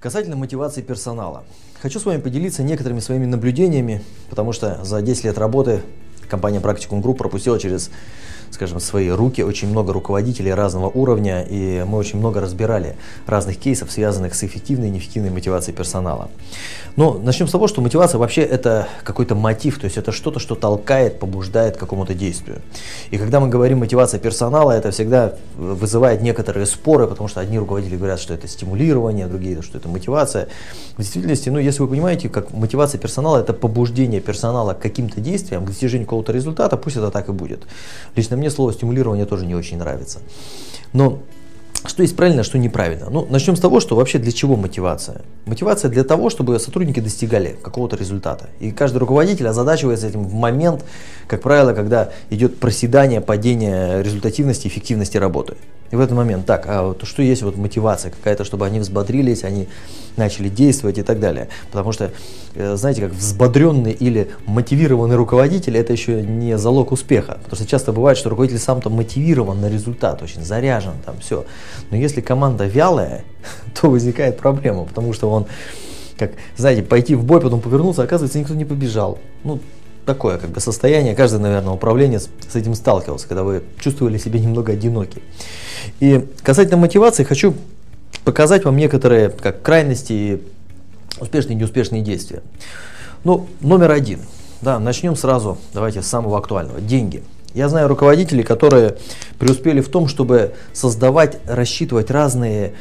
Касательно мотивации персонала. Хочу с вами поделиться некоторыми своими наблюдениями, потому что за 10 лет работы компания Practicum Group пропустила через, скажем, свои руки очень много руководителей разного уровня, и мы очень много разбирали разных кейсов, связанных с эффективной и неэффективной мотивацией персонала. Но начнем с того, что мотивация вообще это какой-то мотив, то есть это что-то, что толкает, побуждает к какому-то действию. И когда мы говорим мотивация персонала, это всегда вызывает некоторые споры, потому что одни руководители говорят, что это стимулирование, другие, что это мотивация. В действительности, если вы понимаете, как мотивация персонала, это побуждение персонала к каким-то действиям, к достижению какого-то результата, пусть это так и будет. Лично мне слово стимулирование тоже не очень нравится. Но что есть правильно, а что неправильно? Начнем с того, что вообще для чего мотивация? Мотивация для того, чтобы сотрудники достигали какого-то результата. И каждый руководитель озадачивается этим в момент, как правило, когда идет проседание, падение результативности, эффективности работы. И в этот момент, что есть мотивация какая-то, чтобы они взбодрились, они начали действовать и так далее. Потому что, знаете, как взбодренный или мотивированный руководитель, это еще не залог успеха. Потому что часто бывает, что руководитель сам-то мотивирован на результат, очень заряжен, все. Но если команда вялая, то возникает проблема, потому что он, пойти в бой, потом повернуться, оказывается, никто не побежал. Такое состояние, каждый, наверное, управленец с этим сталкивался, когда вы чувствовали себя немного одиноки. И касательно мотивации хочу показать вам некоторые крайности и успешные и неуспешные действия. Номер один. Начнем сразу, давайте с самого актуального. Деньги. Я знаю руководителей, которые преуспели в том, чтобы создавать, рассчитывать разные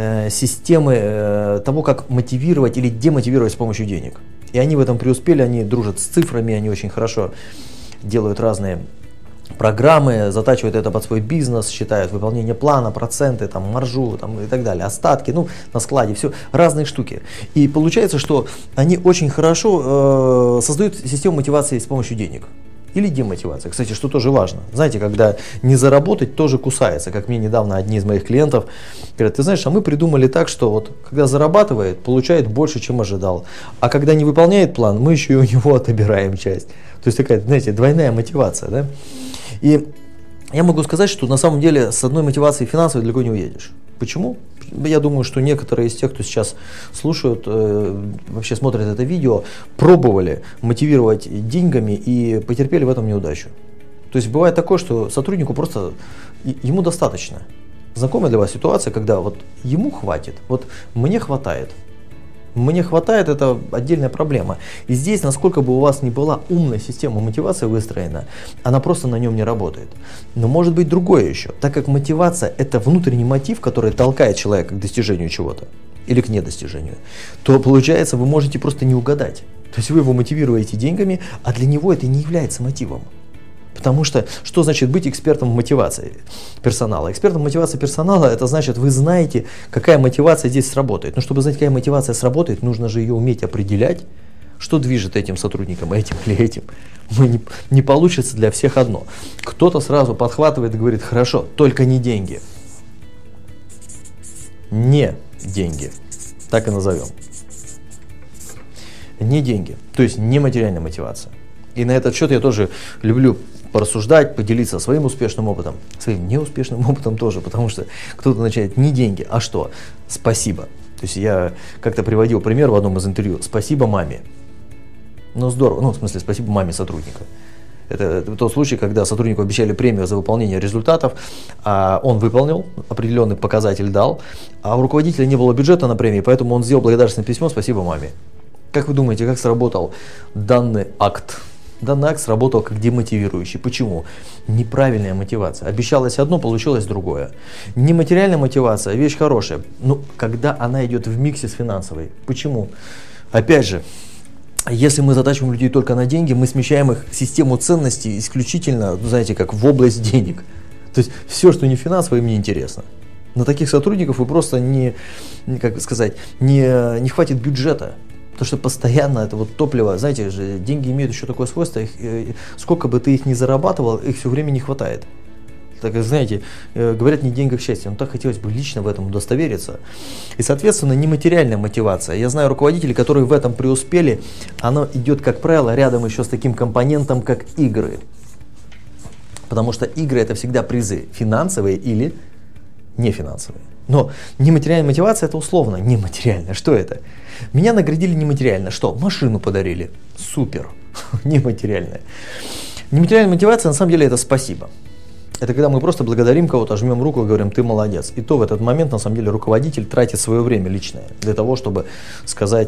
системы того, как мотивировать или демотивировать с помощью денег. И они в этом преуспели, они дружат с цифрами, они очень хорошо делают разные программы, затачивают это под свой бизнес, считают выполнение плана, проценты, маржу и так далее, остатки, на складе, все, разные штуки. И получается, что они очень хорошо создают систему мотивации с помощью денег. Или демотивация. Кстати, что тоже важно. Знаете, когда не заработать, тоже кусается. Как мне недавно одни из моих клиентов говорят, ты знаешь, а мы придумали так, что когда зарабатывает, получает больше, чем ожидал. А когда не выполняет план, мы еще и у него отобираем часть. То есть такая, знаете, двойная мотивация. Да? И я могу сказать, что на самом деле с одной мотивацией финансовой далеко не уедешь. Почему? Я думаю, что некоторые из тех, кто сейчас слушают, вообще смотрят это видео, пробовали мотивировать деньгами и потерпели в этом неудачу. То есть бывает такое, что сотруднику просто, ему достаточно. Знакомая для вас ситуация, когда ему хватит, мне хватает. Мне хватает, это отдельная проблема. И здесь, насколько бы у вас ни была умная система мотивации выстроена, она просто на нем не работает. Но может быть другое еще. Так как мотивация – это внутренний мотив, который толкает человека к достижению чего-то или к недостижению, то получается, вы можете просто не угадать. То есть вы его мотивируете деньгами, а для него это не является мотивом. Потому что значит быть экспертом в мотивации персонала? Экспертом в мотивации персонала, это значит, вы знаете, какая мотивация здесь сработает. Но чтобы знать, какая мотивация сработает, нужно же ее уметь определять, что движет этим сотрудником, этим или этим. Не получится для всех одно. Кто-то сразу подхватывает и говорит, хорошо, только не деньги. Не деньги. Так и назовем. Не деньги. То есть не материальная мотивация. И на этот счет я тоже люблю порассуждать, поделиться своим успешным опытом, своим неуспешным опытом тоже, потому что кто-то начинает не деньги, а что? Спасибо. То есть я как-то приводил пример в одном из интервью. Спасибо маме. Здорово. В смысле, спасибо маме сотрудника. Это тот случай, когда сотруднику обещали премию за выполнение результатов, а он выполнил, определенный показатель дал, а у руководителя не было бюджета на премии, поэтому он сделал благодарственное письмо «Спасибо маме». Как вы думаете, как сработал данный акт? Данный акт сработал как демотивирующий. Почему? Неправильная мотивация. Обещалось одно, получилось другое. Нематериальная мотивация – вещь хорошая, но когда она идет в миксе с финансовой. Почему? Опять же, если мы затачиваем людей только на деньги, мы смещаем их не ценностей исключительно, в область денег. То есть все, что не финансово, им не интересно. На таких сотрудников вы просто не хватит бюджета. Потому что постоянно это топливо, знаете же, деньги имеют еще такое свойство, сколько бы ты их ни зарабатывал, их все время не хватает. Так как, знаете, говорят, не в деньгах счастье, но так хотелось бы лично в этом удостовериться. И, соответственно, нематериальная мотивация. Я знаю руководителей, которые в этом преуспели, оно идет, как правило, рядом еще с таким компонентом, как игры. Потому что игры – это всегда призы, финансовые или нефинансовые. Но нематериальная мотивация – это условно нематериально. Что это? Меня наградили нематериально. Что? Машину подарили. Супер. Нематериальная. Нематериальная мотивация на самом деле это спасибо. Это когда мы просто благодарим кого-то, жмем руку и говорим: ты молодец. И то в этот момент на самом деле руководитель тратит свое время личное для того, чтобы сказать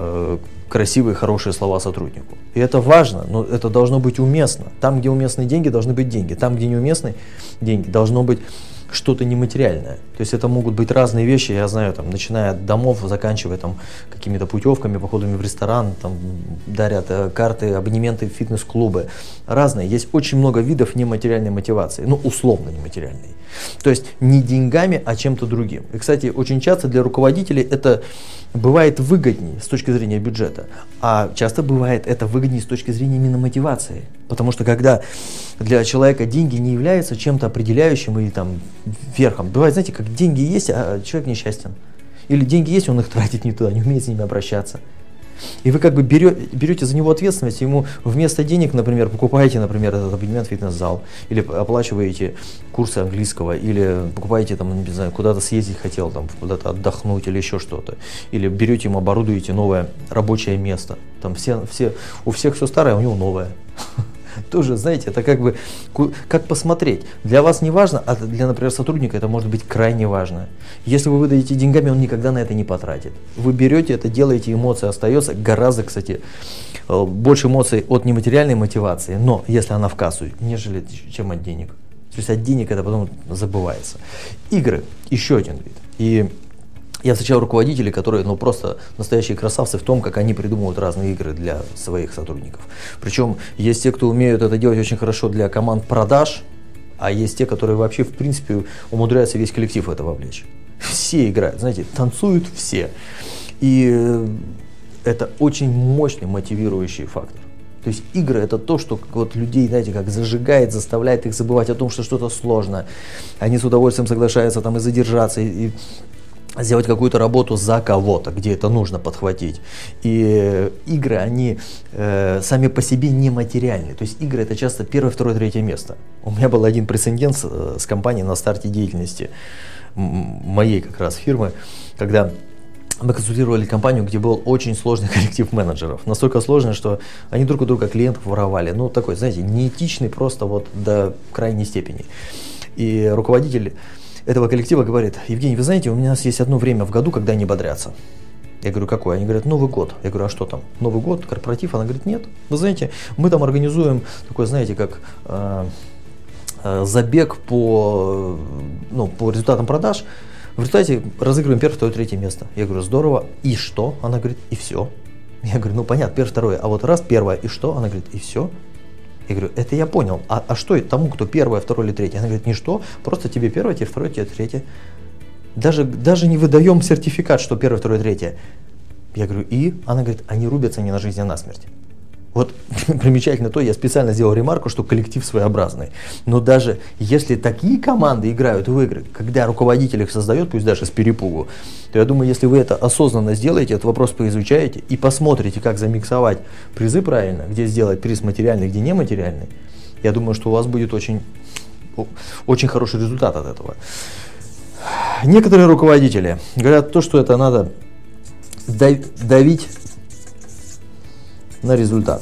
красивые, хорошие слова сотруднику. И это важно, но это должно быть уместно. Там, где уместны деньги, должны быть деньги. Там, где неуместны деньги, должно быть что-то нематериальное. То есть это могут быть разные вещи, я знаю, там, начиная от домов, заканчивая там какими-то путевками, походами в ресторан, там, дарят карты, абонементы в фитнес-клубы. Разные. Есть очень много видов нематериальной мотивации, ну, условно нематериальной. То есть не деньгами, а чем-то другим. И, кстати, очень часто для руководителей это бывает выгоднее с точки зрения бюджета, а часто бывает это выгоднее с точки зрения именно мотивации. Потому что когда для человека деньги не являются чем-то определяющим и там верхом, бывает, знаете, как деньги есть, а человек несчастен. Или деньги есть, он их тратит не туда, не умеет с ними обращаться. И вы как бы берете за него ответственность, ему вместо денег, например, покупаете, например, этот абонемент в фитнес-зал, или оплачиваете курсы английского, или покупаете там, не знаю, куда-то съездить хотел, там, куда-то отдохнуть или еще что-то, или берете ему, оборудуете новое рабочее место. Там у всех все старое, а у него новое. Тоже, знаете, это как бы, как посмотреть. Для вас не важно, а для, например, сотрудника это может быть крайне важно. Если вы выдаете деньгами, он никогда на это не потратит. Вы берете это, делаете, эмоция остается. Гораздо, кстати, больше эмоций от нематериальной мотивации, но если она в кассу, нежели чем от денег. То есть от денег это потом забывается. Игры, еще один вид. И я встречал руководителей, которые просто настоящие красавцы в том, как они придумывают разные игры для своих сотрудников. Причем есть те, кто умеют это делать очень хорошо для команд продаж, а есть те, которые вообще в принципе умудряются весь коллектив в это вовлечь. Все играют, знаете, танцуют все. И это очень мощный мотивирующий фактор. То есть игры это то, что вот людей, знаете, как зажигает, заставляет их забывать о том, что что-то сложно. Они с удовольствием соглашаются там и задержаться, и сделать какую-то работу за кого-то, где это нужно подхватить. И игры, они сами по себе нематериальны. То есть игры это часто первое, второе, третье место. У меня был один прецедент с компанией на старте деятельности моей как раз фирмы, когда мы консультировали компанию, где был очень сложный коллектив менеджеров. Настолько сложный, что они друг у друга клиентов воровали. Ну, такой, знаете, неэтичный просто вот до крайней степени. И руководитель этого коллектива говорит: Евгений, вы знаете, у нас есть одно время в году, когда они бодрятся. Я говорю: какое? Они говорят: Новый год. Я говорю: а что там? Новый год, корпоратив? Она говорит: нет. Вы знаете, мы там организуем такой, знаете, как забег по результатам продаж. В результате разыгрываем первое, второе, третье место. Я говорю: здорово. И что? Она говорит: и все. Я говорю: ну понятно, первое, второе. А вот раз первое, и что? Она говорит: и все. Я говорю: это я понял. А что тому, кто первое, второе или третье? Она говорит: ничто, просто тебе первое, тебе второе, тебе третье. Даже не выдаем сертификат, что первое, второе, третье. Я говорю: и? Она говорит: они рубятся не на жизнь, а на смерть. Вот примечательно то, я специально сделал ремарку, что коллектив своеобразный. Но даже если такие команды играют в игры, когда руководитель их создает, пусть даже с перепугу, то я думаю, если вы это осознанно сделаете, этот вопрос поизучаете и посмотрите, как замиксовать призы правильно, где сделать приз материальный, где нематериальный, я думаю, что у вас будет очень хороший результат от этого. Некоторые руководители говорят то, что это надо давить на результат.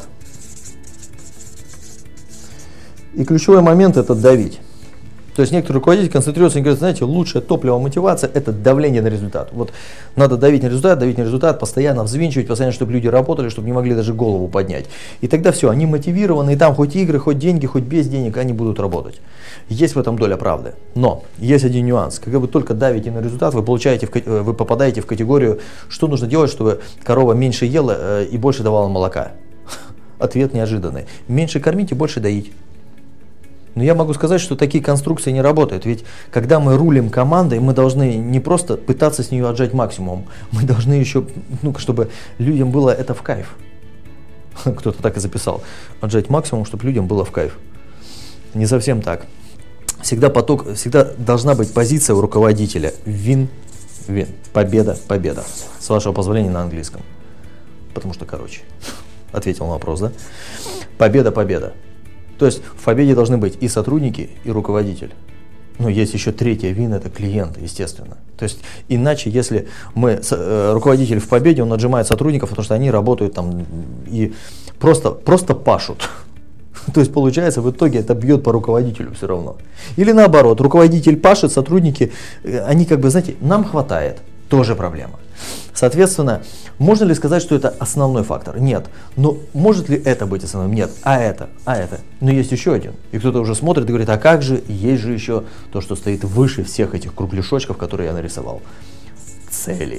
И ключевой момент это давить. То есть некоторые руководители концентрируются и говорят: знаете, лучшее топливо мотивация это давление на результат. Вот надо давить на результат, постоянно взвинчивать, постоянно, чтобы люди работали, чтобы не могли даже голову поднять. И тогда все, они мотивированы, и там хоть игры, хоть деньги, хоть без денег, они будут работать. Есть в этом доля правды. Но есть один нюанс. Когда вы только давите на результат, вы попадаете в категорию, что нужно делать, чтобы корова меньше ела и больше давала молока. Ответ неожиданный. Меньше кормить и больше доить. Но я могу сказать, что такие конструкции не работают. Ведь когда мы рулим командой, мы должны не просто пытаться с нее отжать максимум, мы должны еще, чтобы людям было это в кайф. Кто-то так и записал. Отжать максимум, чтобы людям было в кайф. Не совсем так. Всегда должна быть позиция у руководителя. Win-win. Победа. С вашего позволения на английском. Потому что ответил на вопрос, да? Победа. То есть в победе должны быть и сотрудники, и руководитель. Но есть еще третья вин, это клиенты, естественно. То есть иначе, если руководитель в победе, он отжимает сотрудников, потому что они работают там и просто пашут. То есть получается, в итоге это бьет по руководителю все равно. Или наоборот, руководитель пашет, сотрудники, они как бы, знаете, нам хватает, тоже проблема. Соответственно, можно ли сказать, что это основной фактор? Нет. Но может ли это быть основным? Нет. А это. Но есть еще один. И кто-то уже смотрит и говорит, а как же, есть же еще то, что стоит выше всех этих кругляшочков, которые я нарисовал. Цели.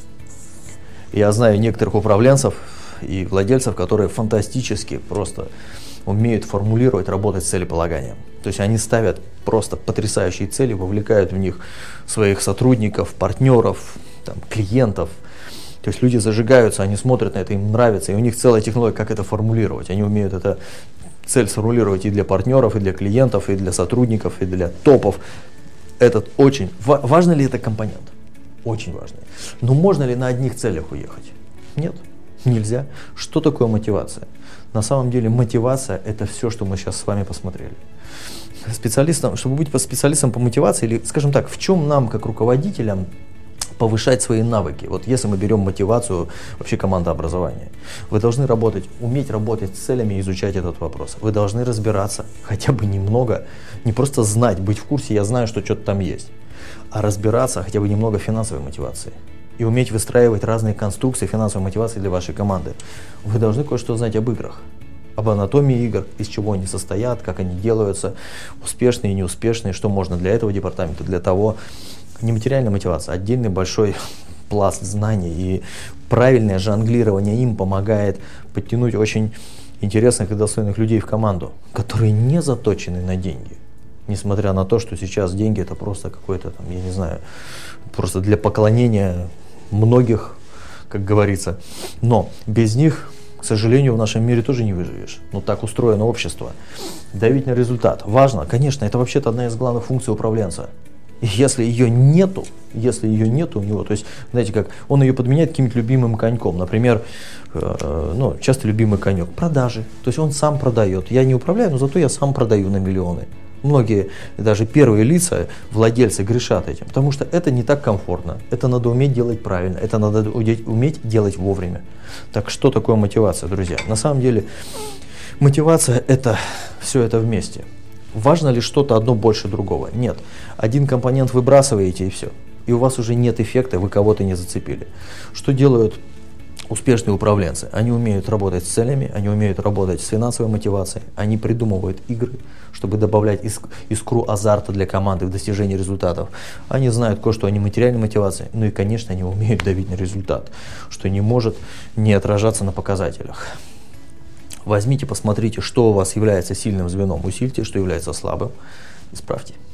Я знаю некоторых управленцев и владельцев, которые фантастически просто умеют формулировать, работать с целеполаганием. То есть они ставят просто потрясающие цели, вовлекают в них своих сотрудников, партнеров, там, клиентов. То есть люди зажигаются, они смотрят на это, им нравится, и у них целая технология, как это формулировать. Они умеют эту цель сформулировать и для партнеров, и для клиентов, и для сотрудников, и для топов. Это очень важно ли это компонент? Очень важный. Но можно ли на одних целях уехать? Нет, нельзя. Что такое мотивация? На самом деле мотивация – это все, что мы сейчас с вами посмотрели. Специалистом, чтобы быть специалистом по мотивации, или, скажем так, в чем нам, как руководителям, повышать свои навыки. Вот если мы берем мотивацию вообще командообразования, вы должны уметь работать с целями и изучать этот вопрос. Вы должны разбираться хотя бы немного, не просто знать, быть в курсе, я знаю, что что-то там есть, а разбираться хотя бы немного в финансовой мотивации. И уметь выстраивать разные конструкции финансовой мотивации для вашей команды. Вы должны кое-что знать об играх, об анатомии игр, из чего они состоят, как они делаются, успешные и неуспешные, что можно для этого департамента, для того. Нематериальная мотивация, отдельный большой пласт знаний, и правильное жонглирование им помогает подтянуть очень интересных и достойных людей в команду, которые не заточены на деньги. Несмотря на то, что сейчас деньги это просто какой-то там, я не знаю, просто для поклонения многих, как говорится. Но без них, к сожалению, в нашем мире тоже не выживешь. Ну так устроено общество. Давить на результат. Важно, конечно, это вообще-то одна из главных функций управленца. Если ее нету у него, то есть, знаете, как он ее подменяет каким-то любимым коньком, например, часто любимый конек, продажи, то есть он сам продает, я не управляю, но зато я сам продаю на миллионы. Многие, даже первые лица, владельцы грешат этим, потому что это не так комфортно, это надо уметь делать правильно, это надо уметь делать вовремя. Так что такое мотивация, друзья? На самом деле, мотивация – это все это вместе. Важно ли что-то одно больше другого? Нет. Один компонент выбрасываете и все. И у вас уже нет эффекта, вы кого-то не зацепили. Что делают успешные управленцы? Они умеют работать с целями, они умеют работать с финансовой мотивацией, они придумывают игры, чтобы добавлять искру азарта для команды в достижении результатов. Они знают кое-что о нематериальной мотивации, ну и, конечно, они умеют давить на результат, что не может не отражаться на показателях. Возьмите, посмотрите, что у вас является сильным звеном, усильте, что является слабым, исправьте.